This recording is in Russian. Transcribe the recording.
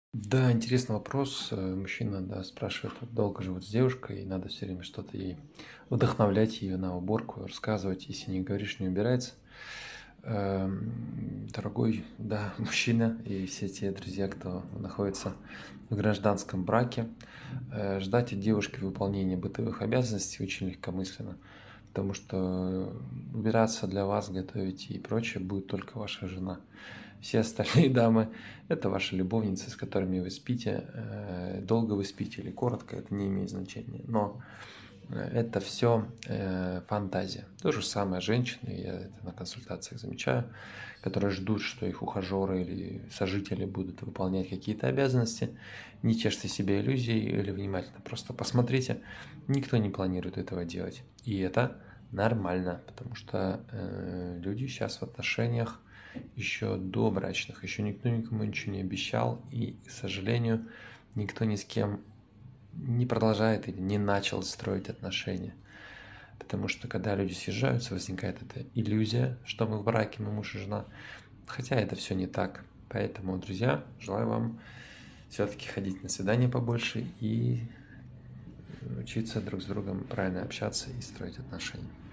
Да, интересный вопрос. Мужчина, да, спрашивает, вот долго живут с девушкой, и надо все время что-то ей вдохновлять ее на уборку, рассказывать, если не говоришь, не убирается. Дорогой, да, мужчина и все те друзья, кто находится в гражданском браке, ждать от девушки выполнения бытовых обязанностей очень легкомысленно, потому что убираться для вас, готовить и прочее будет только ваша жена. Все остальные дамы — это ваши любовницы, с которыми вы спите. Долго вы спите или коротко, это не имеет значения. Но это все фантазия. То же самое женщины, я это на консультациях замечаю, которые ждут, что их ухажеры или сожители будут выполнять какие-то обязанности. Не чешьте себе иллюзии или внимательно просто посмотрите. Никто не планирует этого делать. И это нормально, потому что люди сейчас в отношениях еще до брачных, еще никто никому ничего не обещал, и, к сожалению, никто ни с кем не продолжает или не начал строить отношения. Потому что когда люди съезжаются, возникает эта иллюзия, что мы в браке, мы муж и жена. Хотя это все не так. Поэтому, друзья, желаю вам все-таки ходить на свидания побольше и учиться друг с другом правильно общаться и строить отношения.